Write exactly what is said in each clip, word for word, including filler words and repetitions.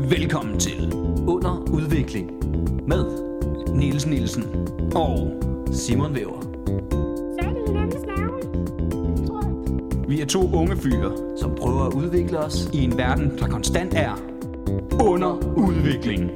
Velkommen til Under Udvikling med Niels Nielsen og Simon Væver. Så er det hinandens navn, tror jeg. Vi er to unge fyre, som prøver at udvikle os i en verden, der konstant er under udvikling.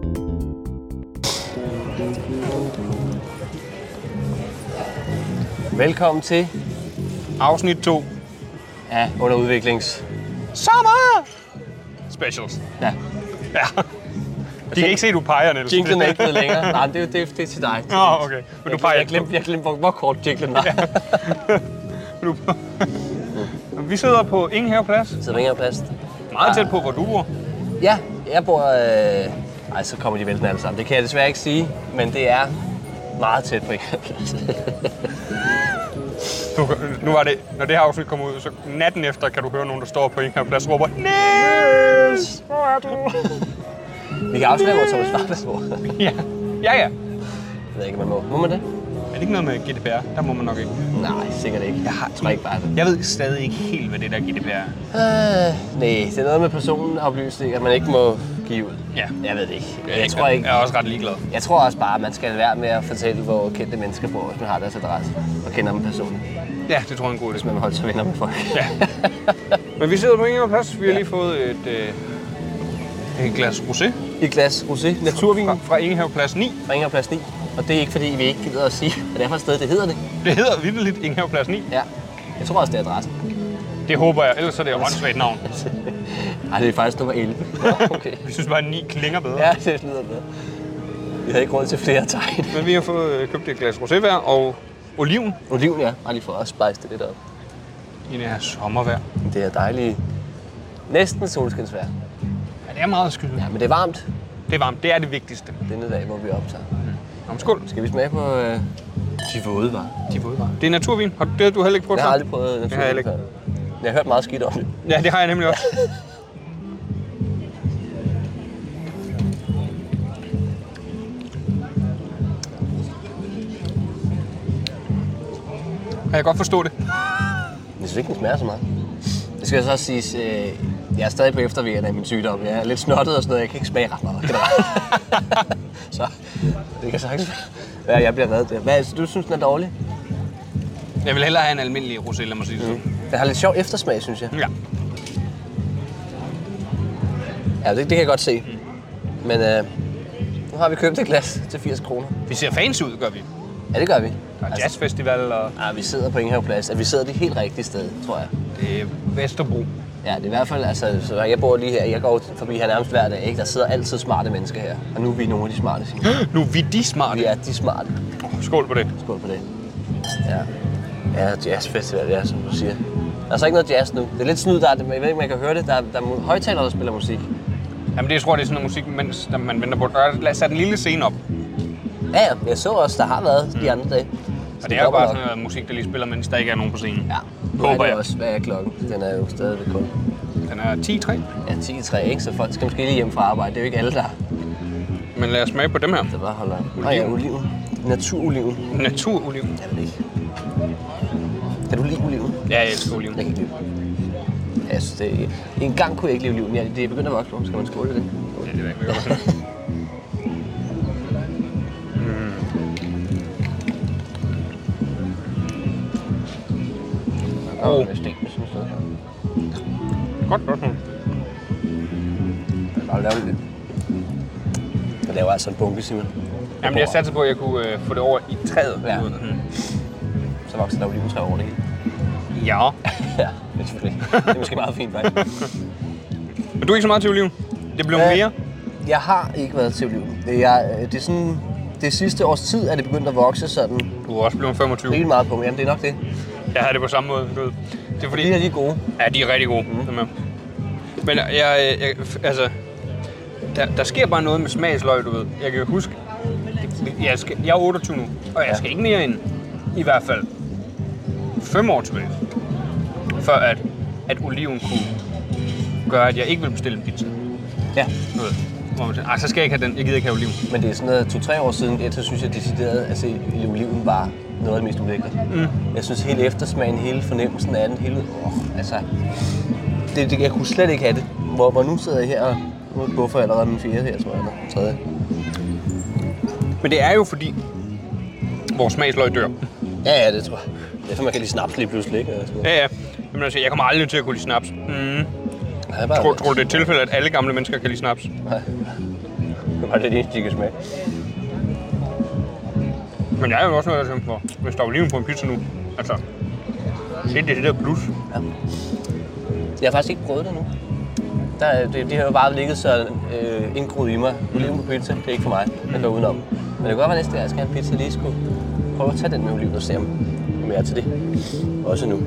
Velkommen til Afsnit to. ja, Under Udviklings Sommer! Specials. Ja. Ja. De kan ikke se, at du peger, Niels. Jinglen er ikke blevet længere. Nej, det er, det er, det er til dig. Nå, okay. Men jeg, du peger jeg glemte, jeg glemte hvor, hvor kort jinglen var. Ja. du... Vi sidder på Ingenhaveplads. Så ringer plads. Meget tæt på, hvor du bor. Ja, jeg bor... Øh... Ej, så kommer de væltende alle sammen. Det kan jeg desværre ikke sige, men det er meget tæt på Ingenhaveplads. Du, nu var det, når det her afsnit kommer ud, så natten efter kan du høre nogen, der står på Ingenhaveplads og råber, Niels, hvor er du? Vi kan afsløre, hvor Thomas Farfars bor. Ja, ja, ja. Jeg ved ikke, man må. Må man det? Er det ikke noget med G D P R? Der må man nok ikke. Nej, sikkert ikke. Jeg har, tror ikke bare det. Jeg ved stadig ikke helt, hvad det der G D P R er. Øh, nej, det er noget med personoplysninger, man ikke må give ud. Ja. Jeg ved det ikke. Jeg, Jeg tror ikke. Jeg er også ret ligeglad. Jeg tror også bare, at man skal være med at fortælle, hvor kendte mennesker bor, hvis man har deres adresse og kender dem personligt. Ja, det tror jeg er en god idé. Hvis man vil holde sig venner med folk. Ja. Men vi sidder på Ingenhaveplads. Vi har lige fået et, øh, et glas rosé. Et glas rosé, naturvin Fra, fra Ingenhaveplads ni. fra Ingerplads ni. Og det er ikke fordi, vi ikke gider at sige, hvad det er for et sted, det hedder det. Det hedder vitterligt Ingenhaveplads ni. Ja. Jeg tror også, det er adressen. Det håber jeg, ellers er det et åndssvagt navn. Nej, det er faktisk nummer elleve. Okay. Vi synes bare, at ni klinger bedre. Ja, det lyder bedre. Vi havde ikke råd til flere tegn. Men vi har fået øh, købt et glas rosé hver og oliven Oliven, ja. Bare lige for at spice det lidt op. i det her sommervejr. Det er dejligt. Næsten solskinsvejr. Ja, det er meget skyde. Ja, men det er varmt Det er varmt. Det er det vigtigste. denne dag, hvor vi optager. Nå, men skål. Skal vi smage på øh, de våde varer? De vådvarer. Det er naturvin. Har du, det har du heller ikke prøvet Jeg har før? aldrig prøvet naturvin. Det har jeg heller ikke. Jeg har hørt meget skidt om det. Ja, det har jeg nemlig også. Kan jeg godt forstå det? Jeg synes ikke, den smager så meget. Det skal så også siges, øh, jeg er stadig på eftervirkende af min sygdom. Jeg er lidt snottet og sådan noget. Jeg kan ikke smage ret meget generelt. Så det kan sagtens være, ja, jeg bliver reddet der. Hvad, du synes, den er dårlig? Jeg vil hellere have en almindelig rosé, lad mig sige det sådan. Den har lidt sjov eftersmag, synes jeg. Ja. Ja, det, det kan jeg godt se. Men øh, nu har vi købt et glas til firs kroner. Vi ser fancy ud, gør vi. Ja, det gør vi. Der er jazzfestival og Ja, vi sidder på Ingenhaveplads. Vi sidder det helt rigtige sted, tror jeg. det er Vesterbro. Ja, det er i hvert fald, altså, så jeg bor lige her, jeg går forbi her nærmest hver dag, ikke? Der sidder altid smarte mennesker her, og nu er vi nogle af de smarte. Nu er vi de smarte. Vi er de smarte. Oh, skål på det. Skål på det. Ja. Ja, jazzfestival, ja, som du siger. Der er så ikke noget jazz nu. Det er lidt snyd, der er, jeg ved ikke, om man kan høre det. Der er, der er højtalere, der spiller musik. Jamen det jeg tror det er sådan noget musik, mens man venter på det. Lad os sætte en lille scene op. Ja, ja, jeg så også, der har været de andre dage. Så Og det er jo bare sådan noget musik, der lige spiller, mens der ikke er nogen på scenen. Ja, nu Håber er det jeg. også, hvad er klokken? Den er jo stadigvæk kun. Den er ti tre. Ja, ti i tre, ikke? Så folk skal måske lige hjem fra arbejde. Det er jo ikke alle, der, Men lad os smage på dem her. der bare holder. Nå ja, oliven. Naturoliven. Naturoliven. Jeg ved det ikke. Kan du lide oliven? Ja, jeg elsker oliven. Jeg kan ikke lide den. Ja, jeg synes, det er... En gang kunne jeg ikke lide oliven. Ja, det er begyndt at vokse på. Skal man skåle det? Ja, det er ikke sådan. Åh, Åh. oh. Stik, jeg synes det. Godt, godt. Jeg kan bare lave det lidt. Jeg laver altså en bunke, Simon. Jamen jeg satte på, at jeg kunne øh, få det over i træet. Ja. Mm. Så vokser der oliventræ over det hele. Ja. Ja, det er selvfølgelig. Det er måske meget fint, faktisk. Men du er ikke så meget til oliven? Det blev Øh, mere? Jeg har ikke været til oliven. Det er, det er sådan... Det sidste års tid er det begyndt at vokse sådan Du er også blevet femogtyve. helt meget på mig. Jamen, det er nok det. Jeg har det på samme måde, du ved. Det er fordi... De her, de er gode. Ja, de er rigtig gode. Mm. Dem her. Men jeg, jeg, jeg, altså... Der, der sker bare noget med smagsløg, du ved. Jeg kan huske... Jeg, skal, jeg er otteogtyve nu, og jeg skal ikke mere end i hvert fald fem år tilbage, før at, at oliven kunne gøre, at jeg ikke ville bestille en pizza. Ja. Du ved, hvor man siger, ej, så skal jeg ikke have den. Jeg gider ikke have oliven. Men det er sådan noget, to-tre år siden, et, så synes jeg decideret, at se, oliven var noget af det mest ulækkert. Mm. Jeg synes, hele eftersmagen, hele fornemmelsen af den, hele... Oh, altså, det, det, jeg kunne slet ikke have det. hvor, hvor nu sidder jeg her og nu buffer allerede min fjerde her, tror jeg, eller tredje. Men det er jo fordi, vores smagsløg dør. Ja, ja, det tror jeg. Det er for, man kan lige snaps lige pludselig, ikke? Ja, ja. Jamen, altså, jeg kommer aldrig til at kunne lide snaps. Mm. Ja, bare Tror, tror du, det er et tilfælde, at alle gamle mennesker kan lide snaps? Nej. Det var det eneste, de kan smage. Men jeg er jo også noget, der tænker på, hvis der er oliven på en pizza nu. Altså, det er det der plus. Ja. Jeg har faktisk ikke prøvet det nu. Der, det, det har jo bare ligget så øh, indgroet i mig. Oliven på pizza, det er ikke for mig. Den går udenom. Men det kan godt være næste gang, jeg skal have en pizza, lige skulle prøve at tage den med oliven og se, om jeg er til det. Også nu.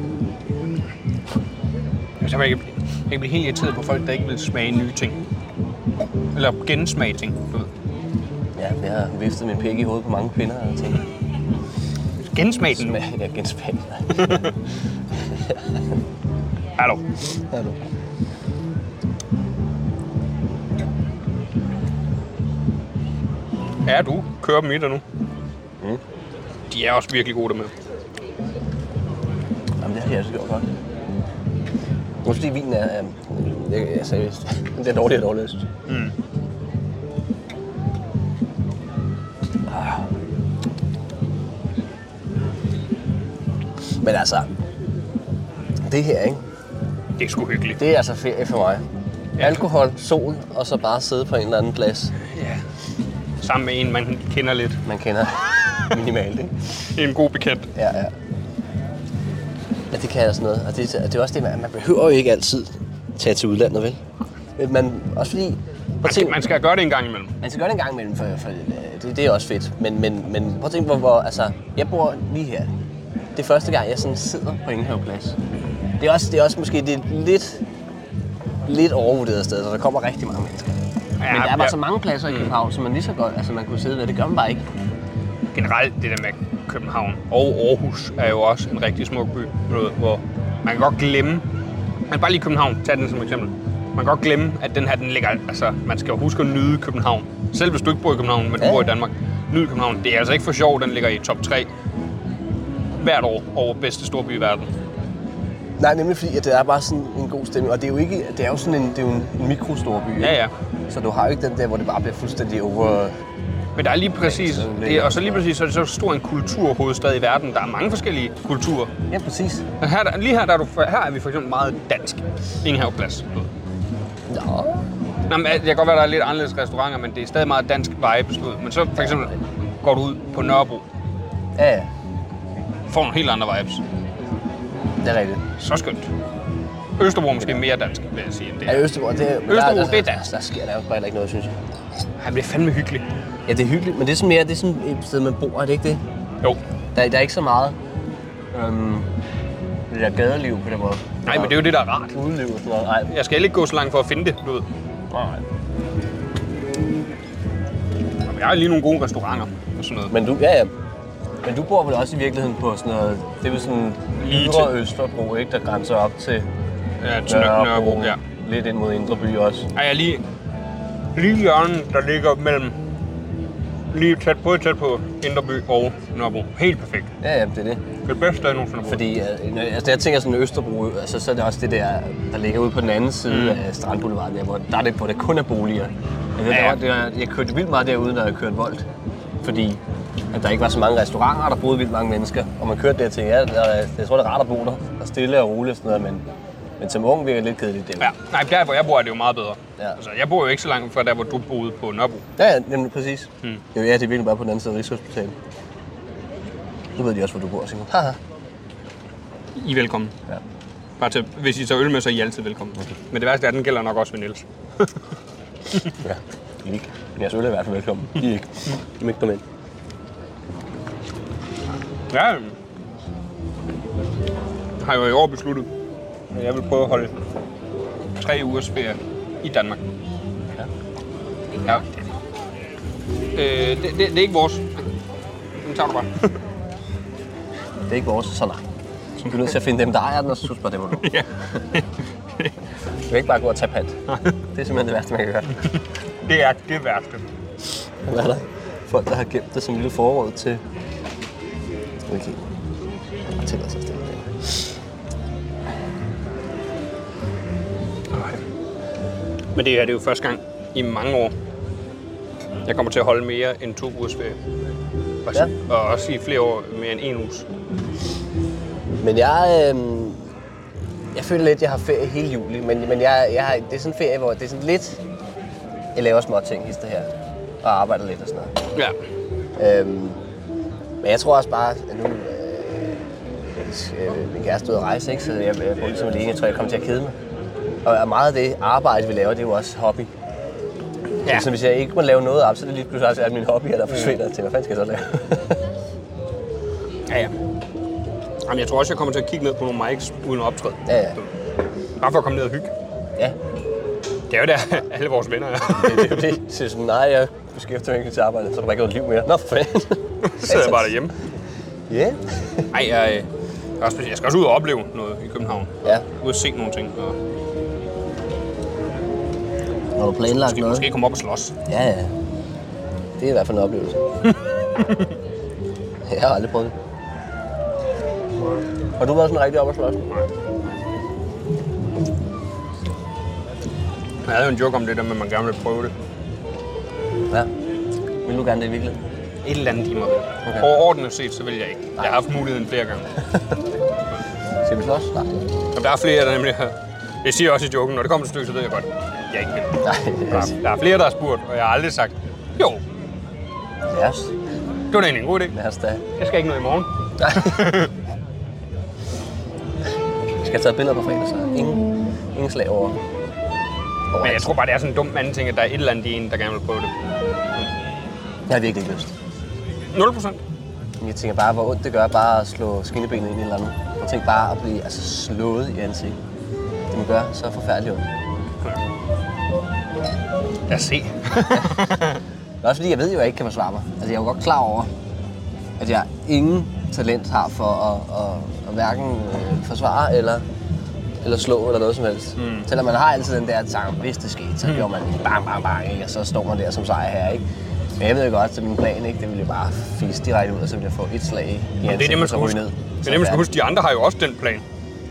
Altså, jeg kan jeg blive helt irriteret på folk, der ikke vil smage nye ting. Eller gensmage ting, du ved. Ja, jeg har viftet min pæk i hovedet på mange kvinder og tænkt. Gensmage den nu. Smag, ja, gensmag. Hallo. Hallo. Ja, du kører dem i dig nu. Mm. De er også virkelig gode der med. Jamen, det har jeg altså gjort godt. Nu fordi vinen er... Øh, jeg, jeg, seriøst. Den er dårlig og dårlig, jeg synes. Mm. Ah. Men altså... Det her, ikke? Det er sgu hyggeligt. Det er altså ferie for mig. Ja. Alkohol, sol, og så bare sidde på en eller anden plads. Ja. Sammen med en, man kender lidt. Man kender minimalt, ikke? En god bekendt. Ja, ja. Ja, det kan jeg sådan noget. Og det, det er også det, man, man behøver jo ikke altid tage til udlandet, vel? Men man, også fordi... Man skal, man skal gøre det en gang imellem. Man skal gøre det en gang imellem, for, for det, det er også fedt. Men, men, men prøv at tænke på, hvor... Altså, jeg bor lige her. Det er første gang, jeg sådan sidder på Enghave-plads. Det er også, det er også måske det er lidt, lidt overvurderet sted, så der kommer rigtig mange mennesker. Ja, Men der er bare ja. så mange pladser i København, som man lige så godt, altså man kunne sidde ved. Det gør man bare ikke. Generelt det der med København og Aarhus er jo også en rigtig smuk by, hvor man kan godt glemme, man kan bare lige København, tag den som eksempel. Man kan godt glemme, at den her, den ligger, altså man skal jo huske at nyde København. Selv hvis du ikke bor i København, men du Ja. bor i Danmark, nyd København. Det er altså ikke for sjov, den ligger i top tre hvert år over bedste storby i verden. Nej, nemlig fordi, at det er bare sådan en god stemning. Og det er jo ikke, det er jo sådan en, det er jo en mikrostorby. Ja, ja. Så du har jo ikke den der, hvor det bare bliver fuldstændig over... Men der er lige præcis, det er, og så lige præcis, så er det så stor en kulturhovedstad i verden. Der er mange forskellige kulturer. Ja, præcis. Her, der- lige her, der er, du, her er vi for eksempel meget dansk. Enghave-plads. Nå. Nå, men det kan godt være, der er lidt anderledes restauranter, men det er stadig meget dansk vibes. du ved. Men så for eksempel går du ud på Nørrebro, Ja, ja. får nogle helt andre vibes. Det er rigtigt. Så skønt. Østerbro er måske mere dansk, vil jeg sige, end det Ja, er. Østerbro, det er... Østerbro, der, det er der, dansk. der sker der jo bare ikke noget, synes jeg. Han bliver fandme hyggelig. Ja, det er hyggeligt, men det er sådan mere, det er sådan et sted, man bor, er det ikke det? Jo. Der, der er ikke så meget... Øhm, det der gadeliv på den måde. Nej, men det er jo det, der er rart. Udeliv og sådan noget. Nej. Jeg skal heller ikke gå så langt for at finde det, du ved. Nej. Men jeg har lige nogle gode restauranter og sådan noget. Men du, ja, ja. Men du bor vel også i virkeligheden på sådan noget... Det er vel sådan Lige Ydre til- Østerbro, ikke? Der grænser op til Ja, til Nørrebro, Nørrebro ja. Lidt ind mod Indre By også. Ej, jeg er lige, lige hjørnet, der ligger mellem, lige tæt, både tæt på Indre By og Nørrebro. Helt perfekt. Ja, ja, det er det. Det er det bedste, jeg nogensinde har boet. Fordi øh, når- altså, jeg tænker sådan Østerbro, altså, så er det også det der, der ligger ude på den anden side mm. af Strandboulevarden, der, hvor, der er det, hvor det kun er boliger. Altså, Ja, ja. ja. det var, jeg kørte vildt meget derude, når jeg kørte Volt. Fordi at der ikke var så mange restauranter, der boede vildt mange mennesker. Og man kørte der til, ja, der, jeg tror, det er rart at bo der. Og stille og roligt og sådan noget, men, men som ung virker det lidt kedeligt derude. Ja, nej, der hvor jeg bor er det jo meget bedre. Ja. Altså, jeg bor jo ikke så langt fra der, hvor du boede på Nørrebro. Ja, ja, nemlig præcis. Hmm. Jo, ja, det er virkelig bare på den anden side af Rigshospitalet. Nu ved de også, hvor du bor, Simon. Haha. I er velkommen. Ja. Bare til, hvis I tager øl med, så er I altid velkommen. Okay. Men det værste er, at den gælder nok også ved Niels. Ja, I er ikke. Men jeres øl er i hvert fald velkommen. I er ikke. I må ikke komme ind. Ja, har jo i år besluttet, at jeg vil prøve at holde tre ugers ferie i Danmark. Ja. Ja. Øh, det, det, det er ikke vores. Den tager du bare. Det er ikke vores, så nej. Så du er nødt til at finde dem, der ejer den, og så synes bare, det må du. Ja. Du kan ikke bare gå og tage pant. Det er simpelthen det værste, man kan gøre. Det er det værste. Hvad er der? Folk, der har gemt det som en lille forråd til... Okay. Jeg tæller sig stille der. Men det her det er jo første gang i mange år, jeg kommer til at holde mere end to ugers ferie. Og, Ja. og også i flere år mere end en uges. Men jeg, øh, jeg føler lidt, at jeg har ferie hele juli, men, men jeg, jeg har, det er sådan en ferie, hvor det er sådan lidt, jeg laver små ting hister her, og arbejder lidt og sådan noget. Ja. Øhm, men jeg tror også bare, at nu, øh, øh, min kæreste er ude at rejse, ikke? Så jeg, jeg bor ligesom alene, jeg tror, jeg kommer til at kede mig. Og meget af det arbejde, vi laver, det er jo også hobby. Ja. Så hvis jeg ikke må lave noget op, så er det lige pludselig også alle mine hobbyer, der forsvinder. Jeg tænker, hvad fanden skal jeg så lave? Ja, ja. Jamen, jeg tror også, jeg kommer til at kigge ned på nogle mics uden at optræde. Ja, ja. Bare for at komme ned og hygge. Ja, Det er jo der, alle vores venner er. det, det er jo det. Så sådan, nej, jeg beskæftiger mig ikke til arbejde, så er der bare ikke noget liv mere. Nå, for fanden. Så sidder jeg bare derhjemme. Ja. Yeah. Ej, jeg, jeg, også, jeg skal også ud og opleve noget i København. Ja. Ud og se nogle ting. Og Har du planlagt måske, noget? måske komme op og slås. Ja, ja. Det er i hvert fald en oplevelse. Jeg har aldrig prøvet det. Har du været sådan rigtig op at slås? Jeg havde jo en joke om det der med, at man gerne vil prøve det. Ja. Vil du gerne det i virkeligheden? Et eller andet timer. Okay. Okay. Overordnet set, så vil jeg ikke. Jeg har haft muligheden flere gange. Skal vi slås? Nej. Og der er flere, der nemlig har... Jeg siger også i joken, når det kommer til stykket, så ved jeg godt, jeg ikke vil. Nej. Der er, der er flere, der har spurgt, og jeg har aldrig sagt, jo, Lad os. det var da egentlig en god idé. Lad os da. Jeg skal ikke noget i morgen. Nej. Skal jeg tage billeder på fredag, så? Ingen, ingen slag over. over Men jeg tror bare, det er sådan en dum anden ting, at der er et eller andet i en, der gerne vil prøve det. Jeg har virkelig ikke lyst. nul procent. Men jeg tænker bare, hvor ondt det gør bare at slå skinnebenet ind i et eller andet. Jeg tænker bare at blive altså, slået i ansigtet. Det må gøre så forfærdeligt ondt. Lad os se. Det er også fordi, jeg ved jo, at jeg ikke kan forsvare mig. Altså, jeg er jo godt klar over, at jeg ingen talent har for at, at, at hverken øh, forsvare eller, eller slå eller noget som helst. Mm. Selvom man har altid den der tanke, hvis det skete, så mm. gjorde man bang, bang, bang, ikke? Og så står man der som sejr her, ikke? Men jeg ved jo godt, at min plan, ikke? Det ville jeg bare fise direkte ud, og så ville jeg få et slag i ansigtet, Det er det, man og så skal ryge huske. ned. Det er det, man skal huske. De andre har jo også den plan.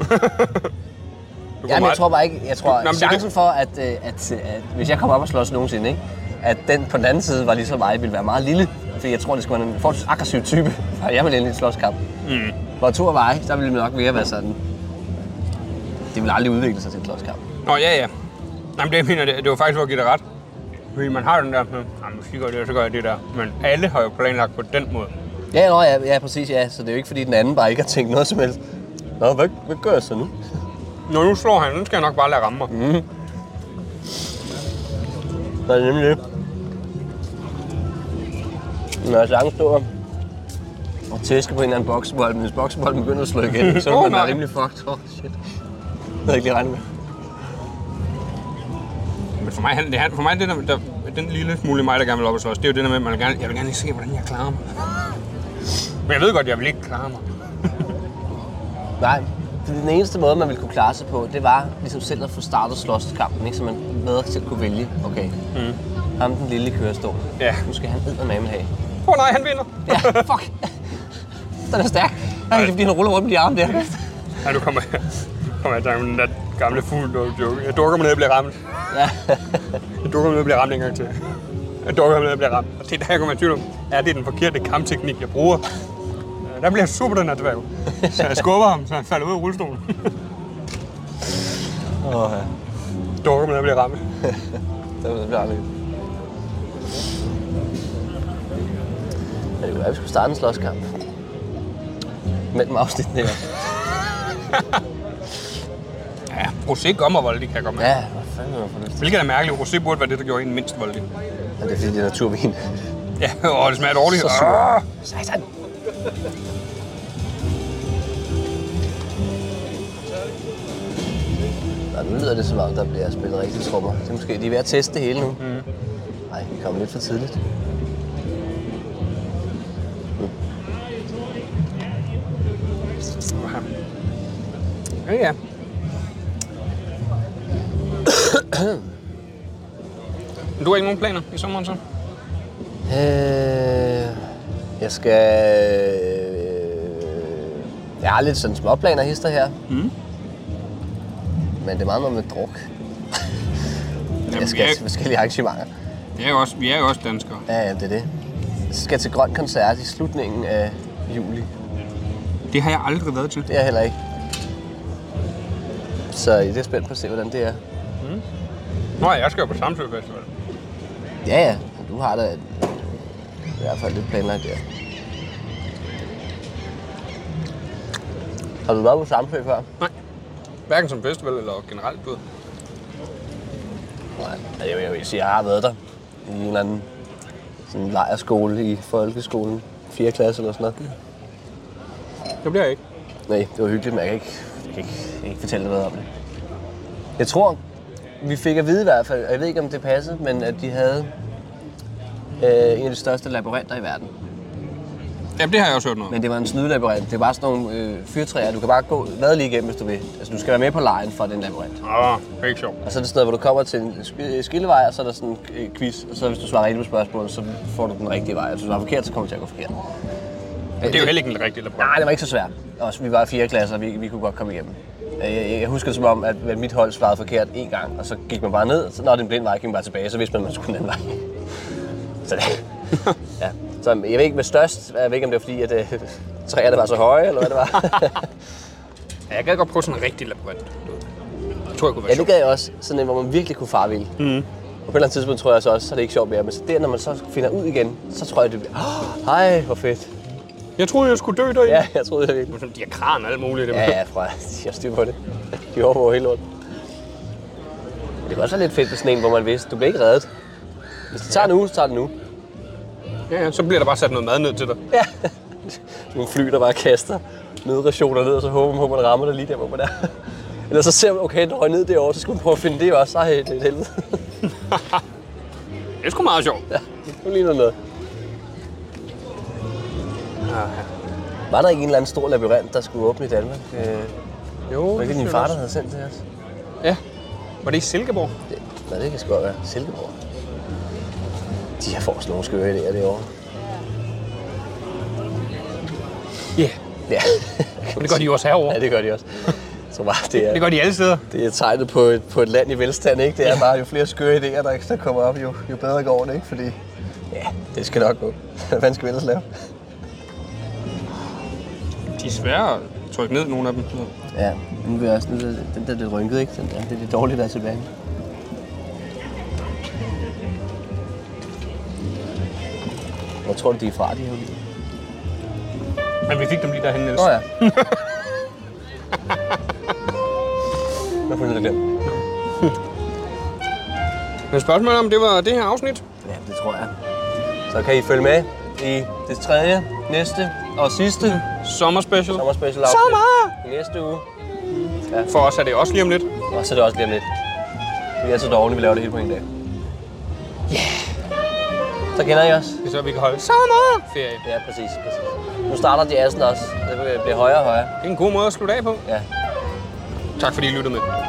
Ja, men jeg tror bare ikke, jeg tror, Nå, men det er chancen for, at, at, at, at hvis jeg kommer op og slås nogensinde, ikke? At den på den anden side var ligesom mig, ville være meget lille. Fordi jeg tror, det skulle være en forholdsvis aggressiv type, og jeg ville ind i en slåskamp. Mm. Hvor to af mig, der ville det nok mere være sådan, det ville aldrig udvikle sig til en slåskamp. Nå, ja, ja. Jamen, det jeg mener, det, det var faktisk for at give dig ret. Fordi man har den der, jamen, hvis I gør det, så gør jeg det der. Men alle har jo planlagt på den måde. Ja, nå, ja, ja, præcis, ja. Så det er jo ikke, fordi den anden bare ikke har tænkt noget som helst. Nå, hvad, hvad gør jeg så nu? Når nu slår han, nu skal jeg nok bare lade ramme mig. Mm. Så er det nemlig det. Når jeg sagtens står og tæsker på en eller anden boksebold, men hvis boksebolden begynder at slå igen, så er Åh, man nej. oh, rimelig fucked. Åh, oh, shit. Det havde jeg ikke lige regnet med. Men for mig, han- det, han- for mig det der, der, den lille smule i mig, der gerne vil op og slås, det er jo det der med, at man vil gerne, jeg vil gerne lige se, hvordan jeg klarer mig. Men jeg ved godt, jeg vil ikke klare mig. Nej, det den eneste måde, man ville kunne klare sig på, det var ligesom selv at få startet slåskampen, ikke? Så man bedre selv kunne vælge, okay, mm. ham den lille i kørestolen, Ja. nu skal han eddermame have. Åh oh, nej, han vinder. Ja, fuck! Den er stærk. Nej, det er fordi, han ruller rundt med de arme der. Ja, nu kommer jeg, kommer jeg i tanke om den der gamle fugl, der joke. Jeg dukker mig ned og bliver ramt. Ja. Jeg dukker mig ned og bliver ramt en gang til. Jeg dukker mig ned og bliver ramt. Og det er der, jeg kommer i tvivl om, er det den forkerte kampteknik, jeg bruger? Der bliver super den her dværg. Så jeg skubber ham, så han falder ud af rullestolen. Åh, ja. Dukker mig ned og bliver ramt. Det bliver aldrig. Ja, det kunne være, at vi skulle starte en slåskamp. Mellem afsnitten her. Ja, rosé gør mig voldig, kan jeg godt mærke. Ja, hvad fanden er det for lyst? Hvilket er mærkeligt. Rosé burde være det, der gjorde en mindst voldig. Ja, det er fordi, det er naturvin. Ja, og det smager dårligt. Så sur. Ah! Satan! Nå, nu lyder det som om, der bliver spillet rigtig trommer. Det er måske, de er ved at teste det hele nu. Nej, mm. vi kommer lidt for tidligt. Ja, ja. Men du har ikke nogen planer i sommeren så? Øh, jeg skal... Øh, jeg har lidt sådan småplaner hister her. Mm. Men det er meget noget med druk. Jeg skal vi er- til forskellige arrangementer. Vi er jo også, vi er jo også danskere. Ja, ja, det er det. Jeg skal til grøn koncert i slutningen af juli. Det har jeg aldrig været til. Det er jeg heller ikke. Så det er spændt på at se, hvordan det er. Nå, jeg skal jo på Samsø Festival. Ja, ja. Du har da i hvert fald lidt planlagt der. Har du været på Samsø før? Nej. Hverken som festival eller generelt, du ved. Nej, jeg vil, jeg vil sige, jeg har været der i en eller anden sådan lejrskole i folkeskolen. fjerde klasse eller sådan noget. Det bliver jeg ikke. Nej, det var hyggeligt, men jeg kan ikke, jeg kan ikke, jeg kan ikke fortælle dig noget om det. Jeg tror, vi fik at vide i hvert fald, og jeg ved ikke om det passede, men at de havde øh, en af de største labyrinter i verden. Jamen, det har jeg også hørt noget om. Men det var en snydelabyrint. Det er bare sådan nogle øh, fyrtræer. Du kan bare gå hvad lige igennem, hvis du vil. Altså, du skal være med på lejen for den labyrint. Åh, det er ikke sjovt. Og så er det sted, hvor du kommer til en sk- skillevej, og så er der sådan en øh, quiz. Og så hvis du svarer rigtigt på spørgsmålet, så får du den rigtige vej. Og hvis du svarer forkert, så kommer du til at gå forkert. Men det er jo heller ikke en rigtig labyrint. Nej, det var ikke så svært. Også, vi var i fjerde klasse, og vi, vi kunne godt komme igennem. Jeg, jeg, jeg husker det som om, at mit hold svarede forkert én gang, og så gik man bare ned. Så når det er en blind vej, gik man bare tilbage, så vidste man, at man skulle den anden vej. Så det, ja. Så jeg ved ikke med størst, jeg ved ikke om det var fordi, at øh, træerne var så høje, eller hvad det var. Ja, jeg gad godt prøve sådan en rigtig labyrint. Jeg tror, jeg kunne være Ja, det sjovt. gad jeg også. Sådan en, hvor man virkelig kunne fare vild. Mm. Og på et eller andet tidspunkt tror jeg så også, så er det ikke sjovt mere. Men så der, når man så finder ud igen, så tror jeg, det bliver... Oh, hej, hvor fedt. Jeg troede, jeg skulle dø derinde. Ja, jeg troede det virkelig. Sådan, de har kran og alt muligt. Det Ja, ja, fra de har styr på det. De overvåger hele lorten. Men det kan også være lidt fedt med sådan en, hvor man vidste, du bliver ikke reddet. Hvis det tager en uge, så tager det en uge. Ja, ja, så bliver der bare sat noget mad ned til dig. Ja. Nogle fly, der bare kaster nødrationer ned, og så håber man, at man rammer det lige der, hvor man er. Eller så ser man, okay, den røg ned derovre, så skulle man prøve at finde det også. Ej, det er et helvede. Det er sgu meget sjovt. Ja, nu ligner noget. Ja, ja. Var der ikke en eller anden stor labyrint, der skulle åbne i Danmark? Øh, Jo, var det ikke din synes far, jeg der havde sendt til os? også. Ja. Var det i Silkeborg? Det, nej, det kan sgu godt være. Silkeborg. De har fået nogle skøre idéer derovre. Ja. Yeah. Ja. Men det gør de jo også herovre. Ja, det gør de også. Så bare, det, er, Det gør de alle steder. det er tegnet på et, på et land i velstand, ikke? Det er bare, jo flere skøre idéer, der, der kommer op, jo, jo bedre går det, ikke? Fordi, ja, det skal nok gå. Hvad skal vi ellers lave? De er svære at trykke ned, nogle af dem. Ja, nu vil jeg også, nu, er den der lidt rynket, ikke? Den der, det er lidt dårligt, der er tilbage. Hvor tror du, de er fra, de her oliver? Men vi fik dem lige derhen, Niels. Nå ja. Hvad får du det glemt? Men spørgsmålet om, det var det her afsnit? Ja, det tror jeg. Så kan I følge med i det tredje, næste og sidste Sommerspecial. sommerspecial afsnit. Sommer! I næste uge. For os er det også lige om lidt. Og så er det også lige om lidt. Vi er så dårlige, vi laver det hele på en dag. Yeah! Så kender I os? Det er så, vi kan holde sommerferie. Ja, præcis. præcis. Nu starter jazzen også. Det bliver højere og højere. Det er en god måde at slutte af på. Ja. Tak fordi I lyttede med.